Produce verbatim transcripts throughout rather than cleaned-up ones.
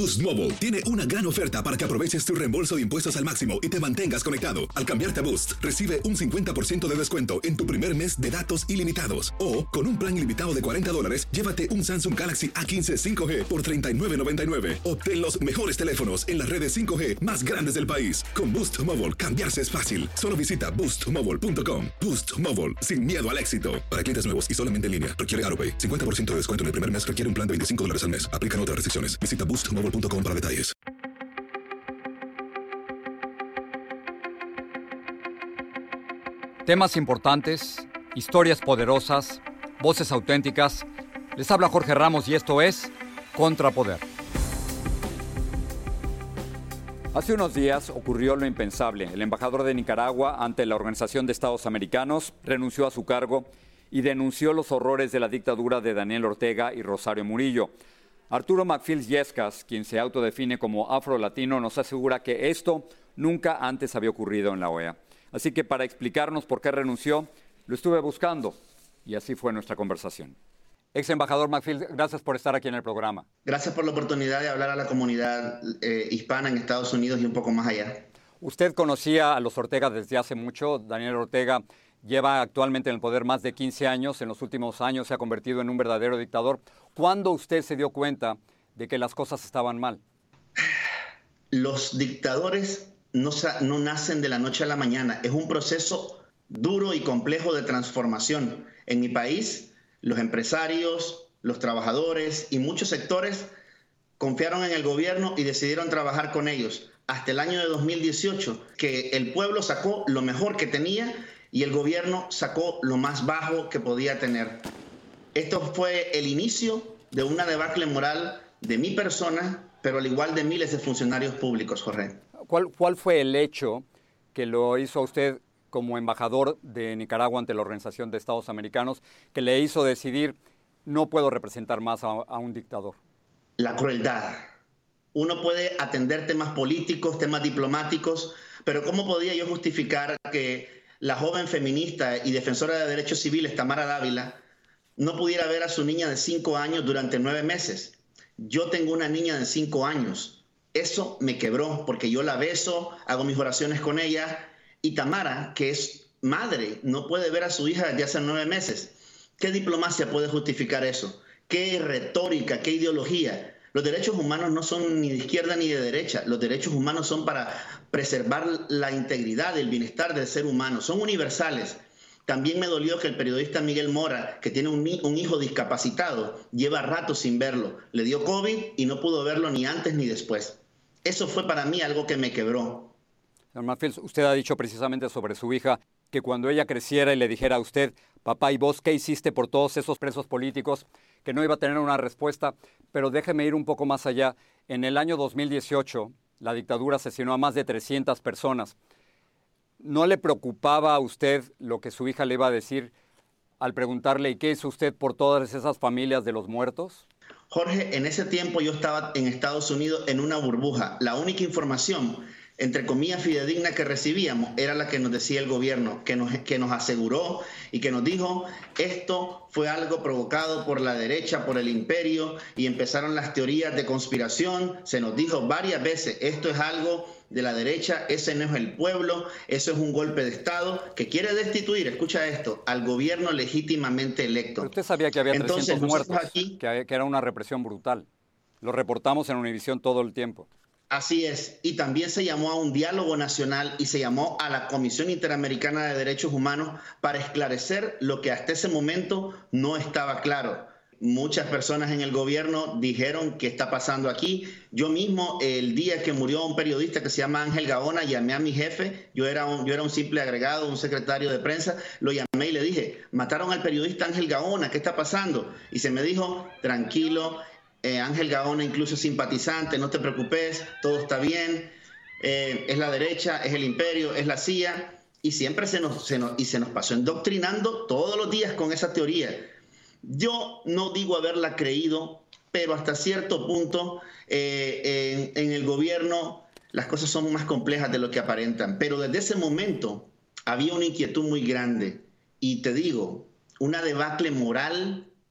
Boost Mobile tiene una gran oferta para que aproveches tu reembolso de impuestos al máximo y te mantengas conectado. Al cambiarte a Boost, recibe un cincuenta por ciento de descuento en tu primer mes de datos ilimitados. O, con un plan ilimitado de cuarenta dólares, llévate un Samsung Galaxy A quince cinco G por treinta y nueve noventa y nueve. Obtén los mejores teléfonos en las redes cinco G más grandes del país. Con Boost Mobile, cambiarse es fácil. Solo visita boost mobile punto com. Boost Mobile, sin miedo al éxito. Para clientes nuevos y solamente en línea, requiere AutoPay. cincuenta por ciento de descuento en el primer mes requiere un plan de veinticinco dólares al mes. Aplican otras restricciones. Visita boost mobile punto com para detalles. Temas importantes, historias poderosas, voces auténticas. Les habla Jorge Ramos y esto es Contrapoder. Hace unos días ocurrió lo impensable. El embajador de Nicaragua ante la Organización de Estados Americanos renunció a su cargo y denunció los horrores de la dictadura de Daniel Ortega y Rosario Murillo. Arturo McFields Yescas, quien se autodefine como afro-latino, nos asegura que esto nunca antes había ocurrido en la O E A. Así que para explicarnos por qué renunció, lo estuve buscando y así fue nuestra conversación. Ex embajador McFields, gracias por estar aquí en el programa. Gracias por la oportunidad de hablar a la comunidad eh, hispana en Estados Unidos y un poco más allá. Usted conocía a los Ortega desde hace mucho. Daniel Ortega lleva actualmente en el poder más de quince años. En los últimos años se ha convertido en un verdadero dictador. ¿Cuándo usted se dio cuenta de que las cosas estaban mal? Los dictadores no, no nacen de la noche a la mañana. Es un proceso duro y complejo de transformación. En mi país, los empresarios, los trabajadores y muchos sectores confiaron en el gobierno y decidieron trabajar con ellos. Hasta el año de dos mil dieciocho, que el pueblo sacó lo mejor que tenía y el gobierno sacó lo más bajo que podía tener. Esto fue el inicio de una debacle moral de mi persona, pero al igual de miles de funcionarios públicos, Jorge. ¿Cuál, cuál fue el hecho que lo hizo a usted como embajador de Nicaragua ante la Organización de Estados Americanos, que le hizo decidir no puedo representar más a, a un dictador? La crueldad. Uno puede atender temas políticos, temas diplomáticos, pero ¿cómo podía yo justificar que la joven feminista y defensora de derechos civiles, Tamara Dávila, no pudiera ver a su niña de cinco años durante nueve meses? Yo tengo una niña de cinco años. Eso me quebró porque yo la beso, hago mis oraciones con ella, y Tamara, que es madre, no puede ver a su hija desde hace nueve meses. ¿Qué diplomacia puede justificar eso? ¿Qué retórica, qué ideología? Los derechos humanos no son ni de izquierda ni de derecha. Los derechos humanos son para preservar la integridad, el bienestar del ser humano. Son universales. También me dolió que el periodista Miguel Mora, que tiene un, un hijo discapacitado, lleva rato sin verlo. Le dio COVID y no pudo verlo ni antes ni después. Eso fue para mí algo que me quebró. Señor McFields, usted ha dicho precisamente sobre su hija que cuando ella creciera y le dijera a usted, papá, ¿y vos qué hiciste por todos esos presos políticos?, que no iba a tener una respuesta. Pero déjeme ir un poco más allá. En el año dos mil dieciocho, la dictadura asesinó a más de trescientas personas. ¿No le preocupaba a usted lo que su hija le iba a decir al preguntarle, ¿y qué hizo usted por todas esas familias de los muertos? Jorge, en ese tiempo yo estaba en Estados Unidos en una burbuja. La única información, entre comillas, fidedigna que recibíamos era la que nos decía el gobierno, que nos, que nos aseguró y que nos dijo, esto fue algo provocado por la derecha, por el imperio, y empezaron las teorías de conspiración. Se nos dijo varias veces, esto es algo de la derecha, ese no es el pueblo, eso es un golpe de Estado que quiere destituir, escucha esto, al gobierno legítimamente electo. Pero usted sabía que había Entonces, trescientos muertos, aquí, que, que era una represión brutal. Lo reportamos en Univisión todo el tiempo. Así es, y también se llamó a un diálogo nacional y se llamó a la Comisión Interamericana de Derechos Humanos para esclarecer lo que hasta ese momento no estaba claro. Muchas personas en el gobierno dijeron qué está pasando aquí. Yo mismo, el día que murió un periodista que se llama Ángel Gaona, llamé a mi jefe, yo era un, yo era un simple agregado, un secretario de prensa, lo llamé y le dije, mataron al periodista Ángel Gaona, ¿qué está pasando? Y se me dijo, tranquilo, Eh, Ángel Gaona incluso simpatizante, no te preocupes, todo está bien, eh, es la derecha, es el imperio, es la C I A, y siempre se nos, se nos, y se nos pasó endoctrinando todos los días con esa teoría. Yo no digo haberla creído, pero hasta cierto punto eh, en, en el gobierno las cosas son más complejas de lo que aparentan, pero desde ese momento había una inquietud muy grande, y te digo, una debacle moral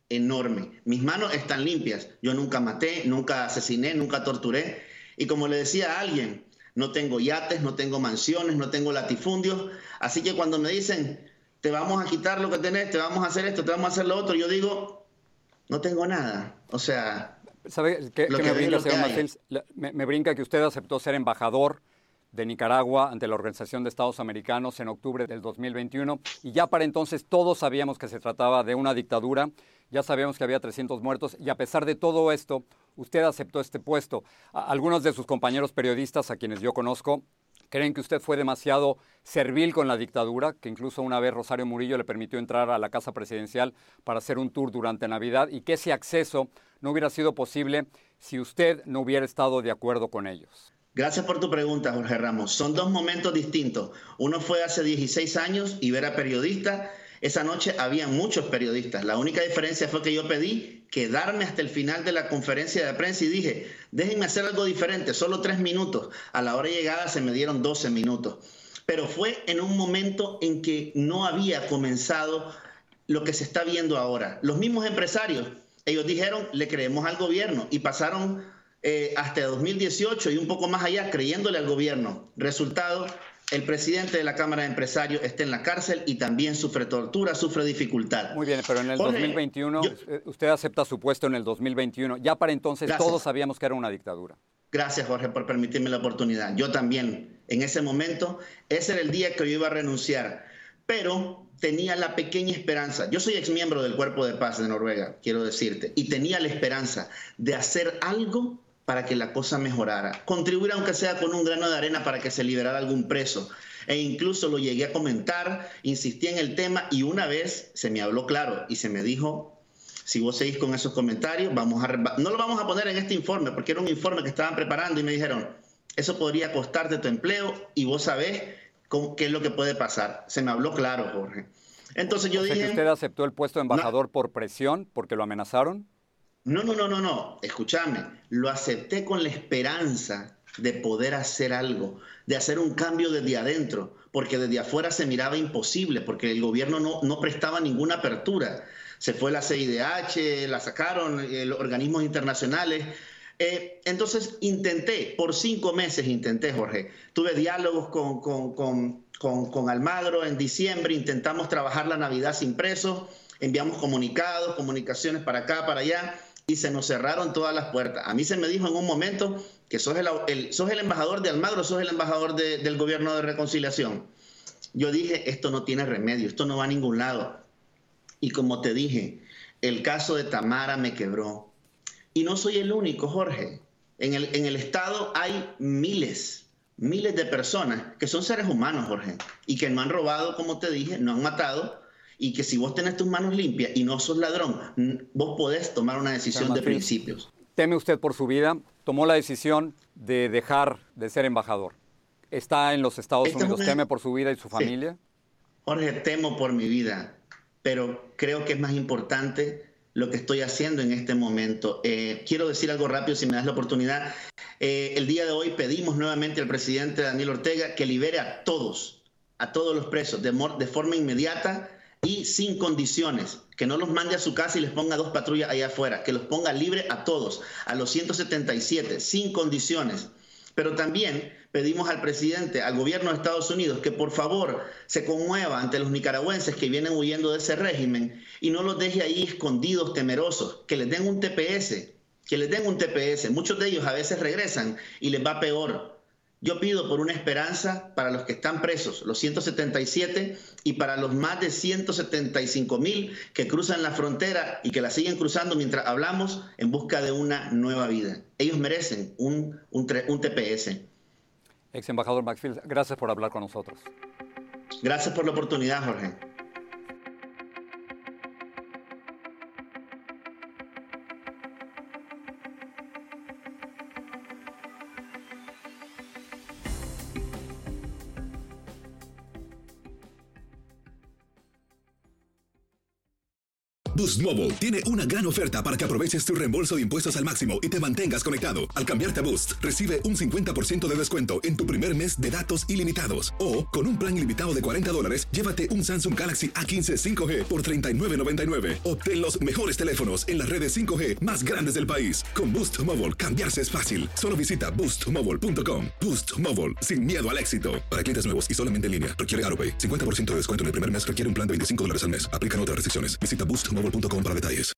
enorme. Mis manos están limpias. Yo nunca maté, nunca asesiné, nunca torturé. Y como le decía a alguien, no tengo yates, no tengo mansiones, no tengo latifundios. Así que cuando me dicen, te vamos a quitar lo que tenés, te vamos a hacer esto, te vamos a hacer lo otro, yo digo, no tengo nada. O sea... ¿Sabe qué, lo qué que me brinca, lo que señor hay. Martins? Me, me brinca que usted aceptó ser embajador de Nicaragua ante la Organización de Estados Americanos en octubre del dos mil veintiuno, y ya para entonces todos sabíamos que se trataba de una dictadura, ya sabíamos que había trescientos muertos, y a pesar de todo esto, usted aceptó este puesto. A- algunos de sus compañeros periodistas, a quienes yo conozco, creen que usted fue demasiado servil con la dictadura, que incluso una vez Rosario Murillo le permitió entrar a la Casa Presidencial para hacer un tour durante Navidad, y que ese acceso no hubiera sido posible si usted no hubiera estado de acuerdo con ellos. Gracias por tu pregunta, Jorge Ramos. Son dos momentos distintos. Uno fue hace dieciséis años y ver a periodistas. Esa noche había muchos periodistas. La única diferencia fue que yo pedí quedarme hasta el final de la conferencia de prensa y dije, déjenme hacer algo diferente, solo tres minutos. A la hora de llegada se me dieron doce minutos. Pero fue en un momento en que no había comenzado lo que se está viendo ahora. Los mismos empresarios, ellos dijeron, le creemos al gobierno y pasaron eh, hasta dos mil dieciocho y un poco más allá creyéndole al gobierno. Resultado, el presidente de la Cámara de Empresarios está en la cárcel y también sufre tortura, sufre dificultad. Muy bien, pero en el Jorge, dos mil veintiuno, yo- usted acepta su puesto en el dos mil veintiuno. Ya para entonces Gracias. todos sabíamos que era una dictadura. Gracias, Jorge, por permitirme la oportunidad. Yo también, en ese momento, ese era el día que yo iba a renunciar, pero tenía la pequeña esperanza. Yo soy exmiembro del Cuerpo de Paz de Noruega, quiero decirte, y tenía la esperanza de hacer algo para que la cosa mejorara, contribuir aunque sea con un grano de arena para que se liberara algún preso. E incluso lo llegué a comentar, insistí en el tema y una vez se me habló claro y se me dijo, si vos seguís con esos comentarios, vamos a no lo vamos a poner en este informe, porque era un informe que estaban preparando y me dijeron, eso podría costarte tu empleo y vos sabés con qué es lo que puede pasar. Se me habló claro, Jorge. Entonces yo O sea dije... que usted aceptó el puesto de embajador por presión, porque lo amenazaron. No, no, no, no, no. Escúchame. Lo acepté con la esperanza de poder hacer algo, de hacer un cambio desde adentro, porque desde afuera se miraba imposible, porque el gobierno no, no prestaba ninguna apertura. Se fue la C I D H, la sacaron eh, los organismos internacionales. Eh, entonces intenté, por cinco meses intenté, Jorge. Tuve diálogos con, con, con, con, con Almagro en diciembre, intentamos trabajar la Navidad sin presos, enviamos comunicados, comunicaciones para acá, para allá, y se nos cerraron todas las puertas. A mí se me dijo en un momento que sos el, el, sos el embajador de Almagro, sos el embajador de, del gobierno de reconciliación. Yo dije, esto no tiene remedio, esto no va a ningún lado. Y como te dije, el caso de Tamara me quebró. Y no soy el único, Jorge. En el, en el Estado hay miles, miles de personas que son seres humanos, Jorge, y que no han robado, como te dije, no han matado, y que si vos tenés tus manos limpias y no sos ladrón, vos podés tomar una decisión de principios. ¿Teme usted por su vida? Tomó la decisión de dejar de ser embajador. ¿Está en los Estados Esta Unidos? es una- ¿Teme por su vida y su Sí. familia? Jorge, temo por mi vida, pero creo que es más importante lo que estoy haciendo en este momento. Eh, quiero decir algo rápido, si me das la oportunidad. Eh, el día de hoy pedimos nuevamente al presidente Daniel Ortega que libere a todos, a todos los presos, de, de forma inmediata y sin condiciones, que no los mande a su casa y les ponga dos patrullas allá afuera, que los ponga libre a todos, a los ciento setenta y siete, sin condiciones. Pero también pedimos al presidente, al gobierno de Estados Unidos, que por favor se conmueva ante los nicaragüenses que vienen huyendo de ese régimen y no los deje ahí escondidos, temerosos, que les den un T P S, que les den un T P S. Muchos de ellos a veces regresan y les va peor. Yo pido por una esperanza para los que están presos, los ciento setenta y siete, y para los más de ciento setenta y cinco mil que cruzan la frontera y que la siguen cruzando mientras hablamos en busca de una nueva vida. Ellos merecen un, un, un T P S. Ex embajador Maxfield, gracias por hablar con nosotros. Gracias por la oportunidad, Jorge. Boost Mobile tiene una gran oferta para que aproveches tu reembolso de impuestos al máximo y te mantengas conectado. Al cambiarte a Boost, recibe un cincuenta por ciento de descuento en tu primer mes de datos ilimitados. O, con un plan ilimitado de cuarenta dólares, llévate un Samsung Galaxy A quince cinco G por treinta y nueve noventa y nueve. Obtén los mejores teléfonos en las redes cinco G más grandes del país. Con Boost Mobile, cambiarse es fácil. Solo visita boost mobile punto com. Boost Mobile, sin miedo al éxito. Para clientes nuevos y solamente en línea, requiere AutoPay. cincuenta por ciento de descuento en el primer mes requiere un plan de veinticinco dólares al mes. Aplican otras restricciones. Visita boost mobile punto com para detalles.